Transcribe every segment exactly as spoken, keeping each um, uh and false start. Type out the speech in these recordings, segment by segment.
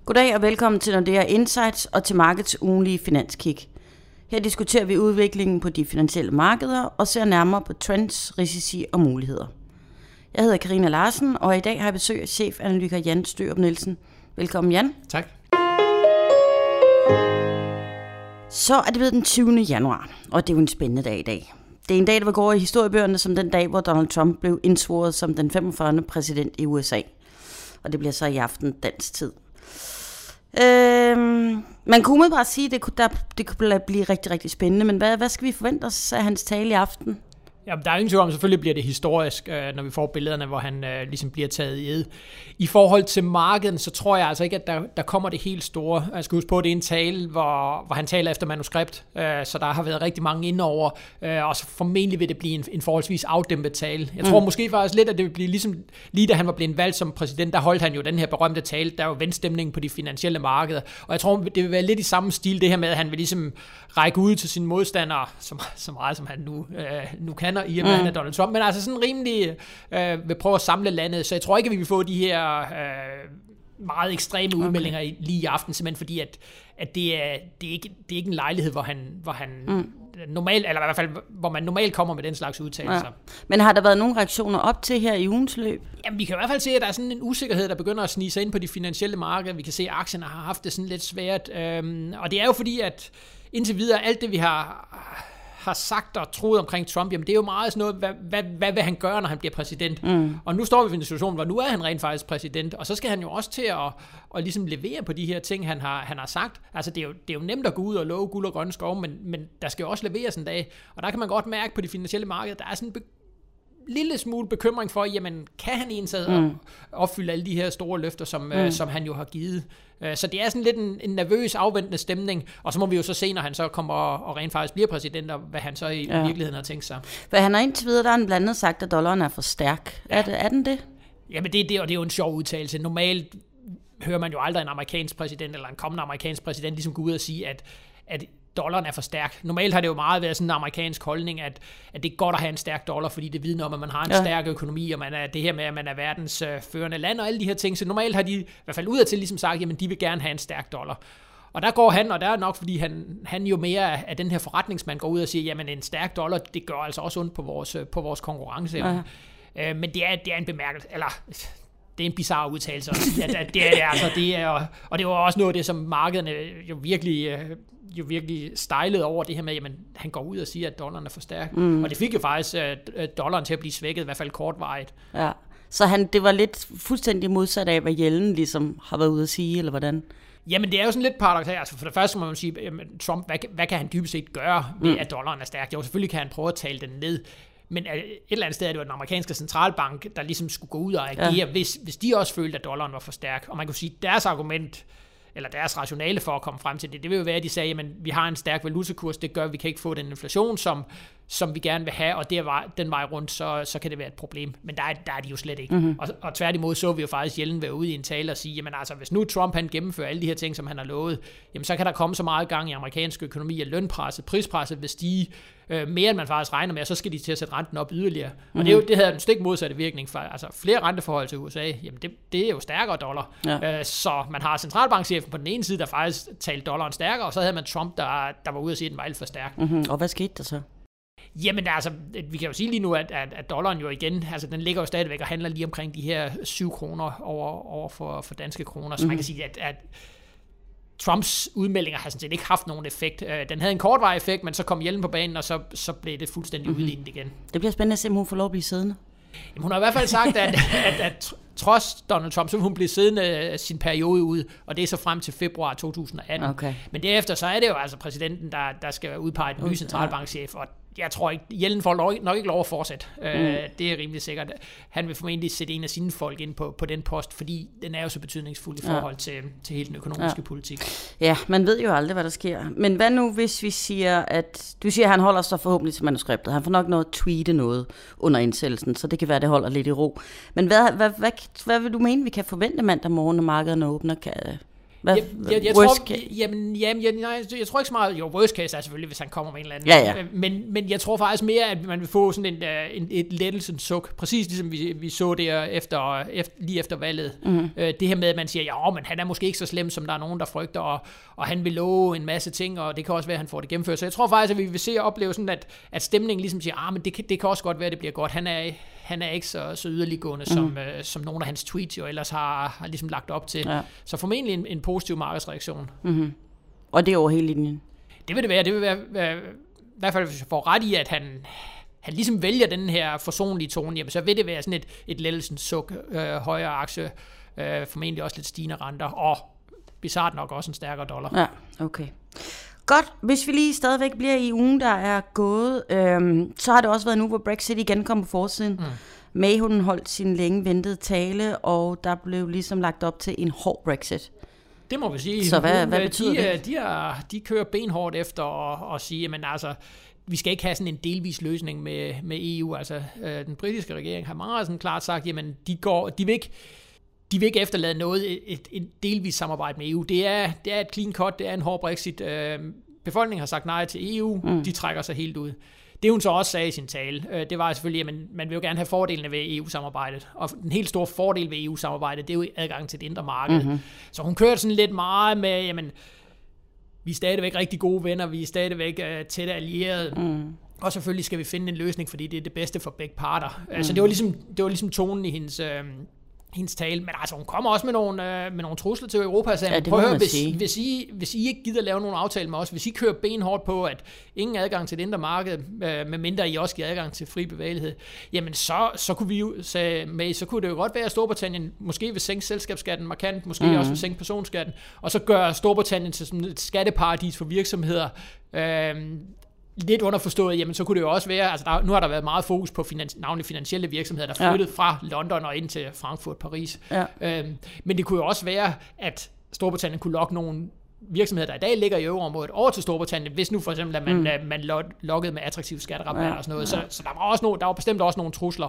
Goddag og velkommen til Nordea Insights og til markedets ugenlige finanskig. Her diskuterer vi udviklingen på de finansielle markeder og ser nærmere på trends, risici og muligheder. Jeg hedder Karina Larsen, og i dag har jeg besøg af chefanalytiker Jan Størup Nielsen. Velkommen, Jan. Tak. Så er det blevet den tyvende januar, og det er jo en spændende dag i dag. Det er en dag, der vil gå over i historiebøgerne som den dag, hvor Donald Trump blev indsvoret som den femogfyrrende præsident i U S A. Og det bliver så i aften dansk tid. Øhm, man kunne umiddelbart sige, at det kunne, der, det kunne blive rigtig, rigtig spændende, men hvad, hvad skal vi forvente os af hans tale i aften? Ja, der er ingen tvivl om, selvfølgelig bliver det historisk, når vi får billederne, hvor han øh, ligesom bliver taget i ed. I forhold til markedet, så tror jeg altså ikke, at der, der kommer det helt store. Jeg skal huske på, at det er en tale, hvor, hvor han taler efter manuskript, øh, så der har været rigtig mange indover, øh, og så formentlig vil det blive en, en forholdsvis afdæmpet tale. Jeg tror mm. måske faktisk lidt, at det vil blive ligesom, lige da han var blevet valgt som præsident, der holdt han jo den her berømte tale, der var vendstemning på de finansielle markeder, og jeg tror, det vil være lidt i samme stil, det her med, at han vil ligesom række ud til sine modstandere, så, så meget som han nu, øh, nu kan, i og med, mm. Donald Trump, men altså sådan rimelig øh, vil prøve at samle landet, så jeg tror ikke, at vi vil få de her øh, meget ekstreme udmeldinger okay. lige i aften, simpelthen fordi, at, at det, er, det, er ikke, det er ikke en lejlighed, hvor han, hvor han mm. normalt, eller i hvert fald, hvor man normalt kommer med den slags udtalelser. Ja. Men har der været nogle reaktioner op til her i ugens løb? Jamen, vi kan i hvert fald se, at der er sådan en usikkerhed, der begynder at snige sig ind på de finansielle markeder. Vi kan se, at aktierne har haft det sådan lidt svært, øhm, og det er jo fordi, at indtil videre, alt det, vi har... har sagt og troet omkring Trump, jamen det er jo meget sådan noget, hvad, hvad, hvad vil han gøre, når han bliver præsident? Mm. Og nu står vi i en situation, hvor nu er han rent faktisk præsident, og så skal han jo også til at, at ligesom levere på de her ting, han har, han har sagt. Altså det er, jo, det er jo nemt at gå ud og love guld og grønne skove, men, men der skal jo også leveres en dag, og der kan man godt mærke på de finansielle markeder, der er sådan en be- lille smule bekymring for, jamen kan han egentlig mm. opfylde alle de her store løfter, som, mm. øh, som han jo har givet. Så det er sådan lidt en, en nervøs, afventende stemning, og så må vi jo så se, når han så kommer og rent faktisk bliver præsident, og hvad han så i ja. virkeligheden har tænkt sig. Hvad han har indtil videre, der har han blandt andet sagt, at dollaren er for stærk. Ja. Er, det, er den det? Jamen det er det, og det er jo en sjov udtalelse. Normalt hører man jo aldrig en amerikansk præsident, eller en kommende amerikansk præsident, ligesom gå ud og sige, at, at dollaren er for stærk. Normalt har det jo meget været sådan en amerikansk holdning, at, at det er godt at have en stærk dollar, fordi det vidner om, at man har en ja. stærk økonomi, og man er det her med, at man er verdens øh, førende land, og alle de her ting. Så normalt har de i hvert fald udadtil ligesom sagt, jamen de vil gerne have en stærk dollar. Og der går han, og der er nok, fordi han, han jo mere af den her forretningsmand går ud og siger, jamen en stærk dollar, det gør altså også ondt på vores, på vores konkurrence. Ja. Øh, men det er, det er en bemærkelse, eller... Det er en bizarre udtalelse. Ja, det er det, altså. Det er, og det var også noget af det, som markederne jo virkelig, jo virkelig stejlede over det her med, jamen han går ud og siger, at dollaren er for stærk. Mm. Og det fik jo faktisk uh, dollaren til at blive svækket, i hvert fald kortvarigt. Ja. Så han, det var lidt fuldstændig modsat af, hvad Yellen ligesom har været ude at sige, eller hvordan? Jamen det er jo sådan lidt paradoksalt. Altså for det første må man sige, jamen, Trump, hvad, hvad kan han dybest set gøre med, mm. at dollaren er stærk? Jo, selvfølgelig kan han prøve at tale den ned. Men et eller andet sted er det jo den amerikanske centralbank, der ligesom skulle gå ud og agere, ja. hvis, hvis de også følte, at dollaren var for stærk. Og man kunne sige, at deres argument, eller deres rationale for at komme frem til det, det vil jo være, at de sagde, at vi har en stærk valutakurs, det gør, at vi kan ikke få den inflation, som, som vi gerne vil have, og det var, den vej rundt, så, så kan det være et problem. Men der er, der er de jo slet ikke. Mm-hmm. Og, og tværtimod så vi jo faktisk Yellen være ude i en tale og sige, jamen altså, hvis nu Trump han gennemfører alle de her ting, som han har lovet, jamen så kan der komme så meget gang i amerikansk økonomi, at lønpresset, prispresset vil stige øh, mere, end man faktisk regner med, og så skal de til at sætte renten op yderligere. Mm-hmm. Og det, er jo, det havde en stik modsatte virkning for, altså flere renteforhold til U S A, jamen det, det er jo stærkere dollar. Ja. Øh, så man har centralbankchefen på den ene side, der faktisk talte dollaren stærkere, og så havde man Trump, der, der var ude at sige, at den var alt for stærk. Mm-hmm. Og hvad skete der så? Jamen altså, vi kan jo sige lige nu, at, at, at dollaren jo igen, altså den ligger jo stadigvæk og handler lige omkring de her syv kroner over, over for, for danske kroner, så mm-hmm. man kan sige, at, at Trumps udmeldinger har sådan set ikke haft nogen effekt. Den havde en kortvarig effekt, men så kom Yellen på banen, og så, så blev det fuldstændig mm-hmm. udlignet igen. Det bliver spændende at se, om hun får lov at blive siddende. Jamen, hun har i hvert fald sagt, at, at, at trods Donald Trump, så vil hun blive siddende sin periode ud, og det er så frem til februar to tusind atten. Okay. Men derefter, så er det jo altså præsidenten, der, der skal udpege den nye centralbankchef, og jeg tror ikke, Yellen får lov, nok ikke lov at fortsætte. Mm. Øh, det er rimelig sikkert. Han vil formentlig sætte en af sine folk ind på, på den post, fordi den er jo så betydningsfuld i forhold ja. til, til hele den økonomiske ja. politik. Ja, man ved jo aldrig, hvad der sker. Men hvad nu, hvis vi siger, at du siger, at han holder sig forhåbentlig til manuskriptet. Han får nok noget at tweete noget under indsættelsen, så det kan være, at det holder lidt i ro. Men hvad, hvad, hvad, hvad vil du mene, vi kan forvente mandag morgen, når markederne åbner? Kan, Hvad, jeg, jeg, jeg worst tror, case? Jamen, jamen jeg, nej, jeg tror ikke så meget, jo, worst case er selvfølgelig, hvis han kommer med en eller anden. Ja, ja. Men, men jeg tror faktisk mere, at man vil få sådan en, en, et lettelsens suk, præcis ligesom vi, vi så det efter, efter, lige efter valget. Mm. Det her med, at man siger, ja, men han er måske ikke så slem, som der er nogen, der frygter, og, og han vil love en masse ting, og det kan også være, at han får det gennemført. Så jeg tror faktisk, at vi vil se og opleve sådan, at, at stemningen ligesom siger, ah, men det kan, det kan også godt være, at det bliver godt. Han er, han er ikke så, så yderliggående, mm. som, øh, som nogle af hans tweets jo ellers har, har ligesom lagt op til. Ja. Så formentlig en, en positiv markedsreaktion. Mm-hmm. Og det er over hele linjen? Det vil det være. Det vil være, være i hvert fald, hvis jeg får ret i, at han, han ligesom vælger den her forsonlige tone, jamen, så vil det være sådan et, et lettelsens suk, øh, højere aktie, øh, formentlig også lidt stigende renter, og bizarrt nok også en stærkere dollar. Ja, okay. Godt, hvis vi lige stadigvæk bliver i ugen, der er gået, øhm, så har det også været nu, hvor Brexit igen kom på forsiden. Mm. May, hun holdt sin længe ventede tale, og der blev ligesom lagt op til en hård Brexit. Det må vi sige. Så hvad, hvad betyder de, det? De, er, de kører benhårdt efter at, at sige, men altså, vi skal ikke have sådan en delvis løsning med, med E U. Altså, øh, den britiske regering har meget sådan klart sagt, jamen, de, går, de vil ikke De vil ikke efterlade noget, et, et, et delvis samarbejde med E U. Det er, det er et clean cut, det er en hård Brexit. Øh, befolkningen har sagt nej til E U, mm. de trækker sig helt ud. Det hun så også sagde i sin tale, øh, det var selvfølgelig, at man, man vil jo gerne have fordelene ved E U-samarbejdet. Og den helt store fordel ved E U-samarbejdet, det er jo adgang til det indre marked. Mm-hmm. Så hun kørte sådan lidt meget med, jamen, vi er stadigvæk rigtig gode venner, vi er stadigvæk øh, tætte allierede. Mm. Og selvfølgelig skal vi finde en løsning, fordi det er det bedste for begge parter. Mm. Så det var ligesom, det var ligesom tonen i hendes... Øh, hendes tale, men altså hun kommer også med nogle, øh, med nogle trusler til Europa, så ja, prøv at høre, hvis, hvis, I, hvis I ikke gider lave nogle aftale med os, hvis I kører benhårdt på, at ingen adgang til det indre marked, øh, medmindre I også giver adgang til fri bevægelighed, jamen så, så kunne vi jo sagde med, så kunne det jo godt være, at Storbritannien måske vil sænke selskabsskatten markant, måske mm-hmm. også vil sænke personskatten, og så gør Storbritannien til sådan et skatteparadis for virksomheder, øh, lidt underforstået, jamen så kunne det jo også være, altså der, nu har der været meget fokus på finans, navnlig finansielle virksomheder, der flyttede ja. fra London og ind til Frankfurt, Paris. Ja. Øhm, men det kunne jo også være, at Storbritannien kunne lokke nogle virksomheder, der i dag ligger i euroområdet, over til Storbritannien, hvis nu for eksempel, at man, mm. man lokkede med attraktive skatterabatter ja. og sådan noget. Ja. Så, så der var også nogle, der var bestemt også nogle trusler.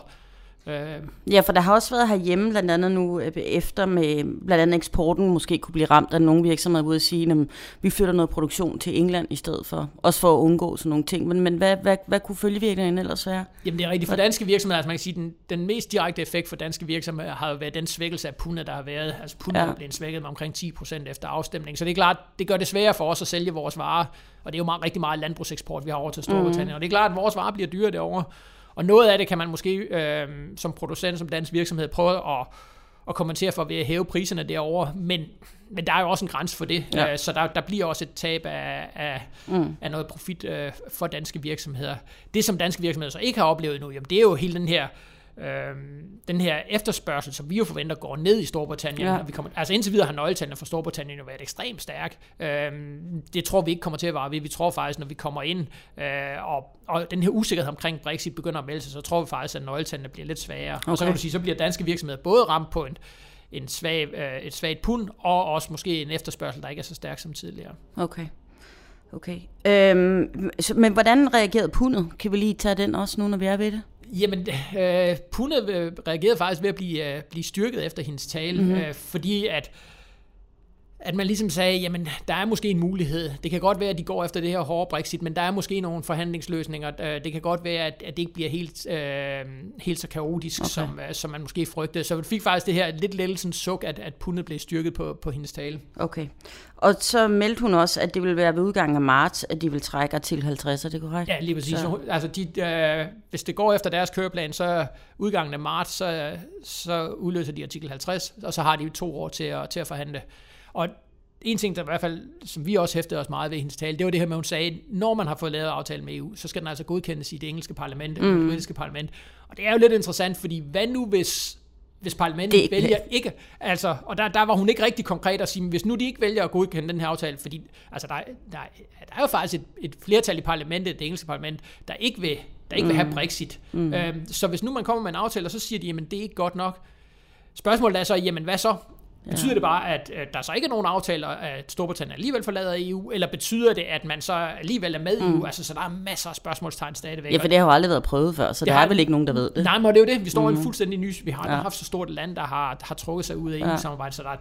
Ja, for der har også været herhjemme, blandt andet nu efter med blandt andet eksporten måske kunne blive ramt af nogle virksomheder ude at sige, at vi flytter noget produktion til England i stedet for, også for at undgå sådan nogle ting. Men, men hvad, hvad, hvad kunne følgevirkningen ellers være? Jamen det er rigtigt. For danske virksomheder, altså man kan sige, den, den mest direkte effekt for danske virksomheder har jo været den svækkelse af pundet, der har været. Altså pundet ja. er blevet svækket med omkring ti procent efter afstemning. Så det er klart, det gør det sværere for os at sælge vores varer, og det er jo meget, rigtig meget landbrugseksport, vi har over til Storbritannien. Mm. Og det er klart, at vores varer bliver dyre derovre. Og noget af det kan man måske øh, som producent, som dansk virksomhed, prøve at, at kommentere for ved at hæve priserne derovre, men, men der er jo også en grænse for det, ja. øh, så der, der bliver også et tab af, af, mm. af noget profit øh, for danske virksomheder. Det, som danske virksomheder så ikke har oplevet nu, jamen, det er jo hele den her Øhm, den her efterspørgsel, som vi jo forventer går ned i Storbritannien. Ja. Vi kommer, altså indtil videre har nøgletallene for Storbritannien jo været ekstremt stærk. Øhm, det tror vi ikke kommer til at vare ved. Vi tror faktisk, når vi kommer ind, øh, og, og den her usikkerhed omkring Brexit begynder at melde sig, så tror vi faktisk, at nøgletallene bliver lidt svagere. Okay. Og så kan du sige, så bliver danske virksomheder både ramt på en, en svag, øh, et svagt pund, og også måske en efterspørgsel, der ikke er så stærk som tidligere. Okay. Okay. Øhm, så, men hvordan reagerede pundet? Kan vi lige tage den også nu, når vi er ved det? Jamen, øh, pundet reagerede faktisk ved at blive, øh, blive styrket efter hendes tale, mm-hmm. øh, fordi at, at man ligesom sagde, jamen, der er måske en mulighed. Det kan godt være, at de går efter det her hårde Brexit, men der er måske nogle forhandlingsløsninger. Øh, det kan godt være, at, at det ikke bliver helt, øh, helt så kaotisk, okay. som, øh, som man måske frygtede. Så vi fik faktisk det her lidt lettelsens suk, at, at pundet blev styrket på, på hendes tale. Okay. Og så meldte hun også, at det ville være ved udgangen af marts, at de vil trække artikel halvtreds, er det korrekt? Ja, lige præcis. Så. Altså, de, øh, hvis det går efter deres køreplan, så udgangen af marts, så, så udløser de artikel halvtreds, og så har de jo to år til at, til at forhandle. Og en ting, der i hvert fald, som vi også hæftede os meget ved hendes tale, det var det her med, hun sagde, når man har fået lavet aftale med E U, så skal den altså godkendes i det engelske parlament, mm. det britiske parlament. Og det er jo lidt interessant, fordi hvad nu hvis hvis parlamentet det vælger ikke, altså, og der, der var hun ikke rigtig konkret at sige, hvis nu de ikke vælger at godkende den her aftale, fordi altså, der, der, der er jo faktisk et, et flertal i parlamentet, det engelske parlament, der ikke vil, der ikke mm. vil have Brexit. Mm. Øhm, så hvis nu man kommer med en aftale, og så siger de, jamen det er ikke godt nok. Spørgsmålet er så, jamen hvad så? Betyder det bare, at der så ikke er nogen aftaler, at Storbritannien alligevel forlader E U, eller betyder det, at man så alligevel er med i mm. E U? Altså, så der er masser af spørgsmålstegn stadigvæk. Ja, for det har jo aldrig været prøvet før, så det der har, er vel ikke nogen, der ved det. Nej, men det er jo det. Vi står mm. i en fuldstændig ny... Vi har ja. haft så stort et land, der har, har trukket sig ud af E U-samarbejdet, ja. så der er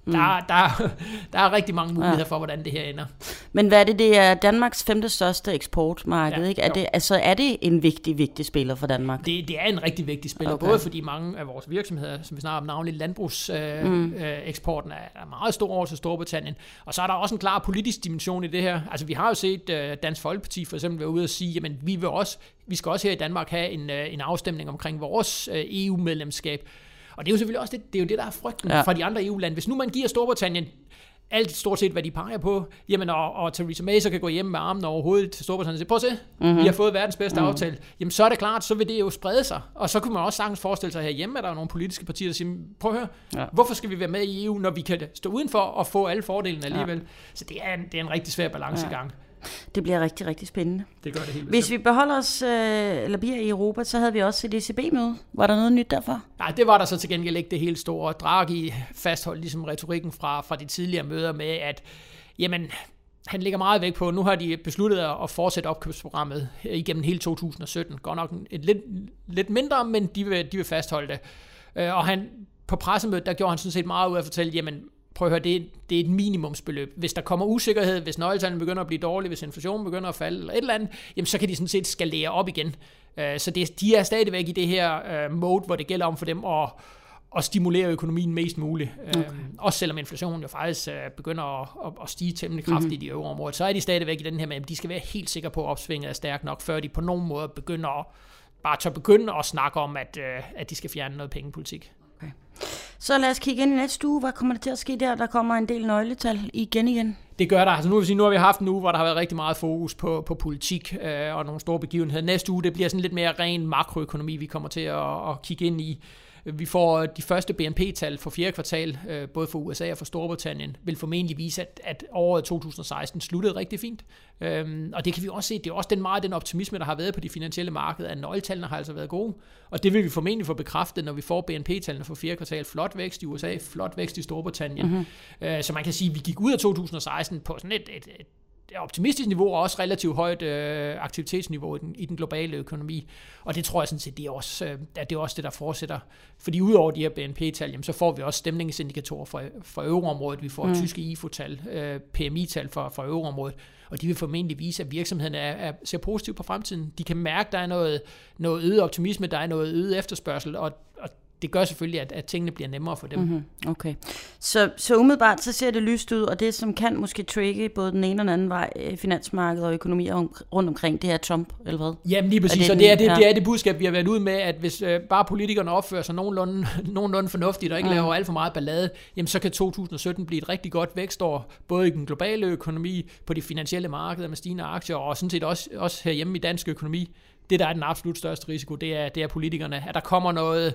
mm. der, der, der er rigtig mange muligheder ja. for, hvordan det her ender. Men hvad er det? Det er Danmarks femte største eksportmarked, ja, ikke? Er det, altså, er det en vigtig, vigtig spiller for Danmark? Det, det er en rigtig vigtig spiller, okay. både fordi mange af vores virksomheder, som vi snakker om navnlig landbrugseksporten, øh, mm. øh, er meget stor over til Storbritannien. Og så er der også en klar politisk dimension i det her. Altså vi har jo set øh, Dansk Folkeparti for eksempel være ude og sige, jamen vi vil også, vi skal også her i Danmark have en, øh, en afstemning omkring vores øh, E U-medlemskab. Og det er jo selvfølgelig også det, det, er jo det der er frygten ja. fra de andre E U-lande. Hvis nu man giver Storbritannien alt stort set, hvad de peger på, jamen og, og Theresa May så kan gå hjem med armen over hovedet til Storbritannien og sige, prøv at se, mm-hmm. vi har fået verdens bedste mm-hmm. aftale. Jamen så er det klart, så vil det jo sprede sig. Og så kunne man også sagtens forestille sig herhjemme, at der er nogle politiske partier, der siger, prøv at høre, ja. hvorfor skal vi være med i E U, når vi kan stå udenfor og få alle fordelene alligevel? Ja. Så det er, en, det er en rigtig svær balancegang. Ja. Det bliver rigtig, rigtig spændende. Det gør det helt Hvis vi beholder os, øh, eller bliver i Europa, så havde vi også et E C B-møde. Var der noget nyt derfra? Nej, det var der så til gengæld ikke det helt store. Draghi fastholdt ligesom retorikken fra, fra de tidligere møder med, at jamen, han lægger meget vægt på, nu har de besluttet at fortsætte opkøbsprogrammet igennem hele to tusind og sytten. Godt nok et lidt, lidt mindre, men de vil, de vil fastholde det. Og han, på pressemødet, der gjorde han sådan set meget ud af at fortælle, jamen, prøv at høre, det er, det er et minimumsbeløb. Hvis der kommer usikkerhed, hvis nøgletallene begynder at blive dårlige, hvis inflationen begynder at falde, eller et eller andet, jamen så kan de sådan set skalere op igen. Så det, de er stadigvæk i det her mode, hvor det gælder om for dem at, at stimulere økonomien mest muligt. Okay. Også selvom inflationen jo faktisk begynder at, at stige temmelig kraftigt mm-hmm. i euroområdet, så er de stadigvæk i den her med, at de skal være helt sikre på, at opsvinget er stærkt nok, før de på nogen måde begynder at, bare tør begynde at snakke om, at, at de skal fjerne noget pengepolitik. Okay. Så lad os kigge ind i næste uge. Hvad kommer der til at ske der? Der kommer en del nøgletal igen igen. Det gør der. Altså nu, vil sige, nu har vi haft en uge, hvor der har været rigtig meget fokus på, på politik øh, og nogle store begivenheder. Næste uge, det bliver sådan lidt mere ren makroøkonomi, vi kommer til at, at kigge ind i. Vi får de første B N P-tal for fjerde kvartal, øh, både for U S A og for Storbritannien, vil formentlig vise, at, at året to tusind og seksten sluttede rigtig fint. Øhm, og det kan vi også se, det er også den meget den optimisme, der har været på de finansielle markeder, at nøgletallene har altså været gode. Og det vil vi formentlig få bekræftet, når vi får B N P-tallene for fjerde kvartal. Flot vækst i U S A, flot vækst i Storbritannien. Mm-hmm. Øh, så man kan sige, at vi gik ud af to tusind og seksten på sådan et, et, et optimistisk niveau, og også relativt højt øh, aktivitetsniveau i den, i den globale økonomi. Og det tror jeg sådan set, det er også, øh, at det er også det, der fortsætter. Fordi udover de her B N P-tal, jamen, så får vi også stemningsindikatorer for, for euroområdet. Vi får mm. tyske I F O-tal, øh, P M I-tal for, for euroområdet, og de vil formentlig vise, at virksomhederne er, er, ser positivt på fremtiden. De kan mærke, at der er noget, noget øget optimisme, der er noget øget efterspørgsel, og, og det gør selvfølgelig, at, at tingene bliver nemmere for dem. Mm-hmm. Okay. Så, så umiddelbart, så ser det lyst ud, og det, som kan måske trigge både den ene og den anden vej, finansmarkedet og økonomier rundt omkring, det er Trump, eller hvad? Jamen lige præcis, og det er det, det er det budskab, vi har været ude med, at hvis øh, bare politikerne opfører sig nogenlunde, nogenlunde fornuftigt, og ikke mm. laver alt for meget ballade, jamen så kan to tusind og sytten blive et rigtig godt vækstår, både i den globale økonomi, på de finansielle markeder med stigende aktier, og sådan set også, også herhjemme i dansk økonomi. Det, der er den absolut største risiko, det er, det er politikerne, at der kommer noget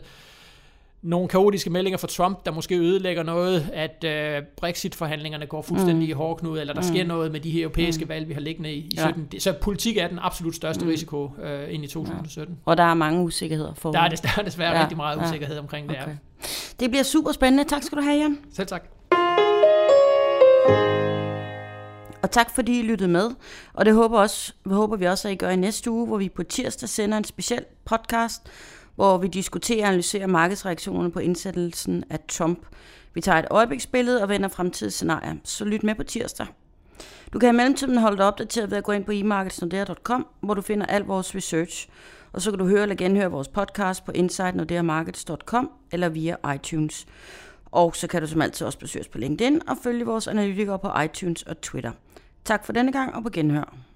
nogle kaotiske meldinger fra Trump, der måske ødelægger noget, at øh, Brexit-forhandlingerne går fuldstændig mm. i hårdknude, eller der mm. sker noget med de her europæiske mm. valg, vi har liggende i, i ja. sytten. Så politik er den absolut største mm. risiko øh, ind i to tusind og sytten. Ja. Og der er mange usikkerheder for. Der er, des- der er desværre ja. rigtig meget usikkerhed ja. omkring det. Okay. Det bliver super spændende. Tak skal du have, Jan. Selv tak. Og tak fordi I lyttede med. Og det håber, også, håber vi også, at I gør i næste uge, hvor vi på tirsdag sender en speciel podcast, hvor vi diskuterer og analyserer markedsreaktionerne på indsættelsen af Trump. Vi tager et øjebliksbillede og vender fremtidsscenarier, så lyt med på tirsdag. Du kan i mellemtiden holde dig opdateret ved at gå ind på e markets nordea punktum com, hvor du finder al vores research, og så kan du høre eller genhøre vores podcast på inside nordea markets punktum com eller via iTunes. Og så kan du som altid også besøge os på LinkedIn og følge vores analytikere på iTunes og Twitter. Tak for denne gang og på genhør.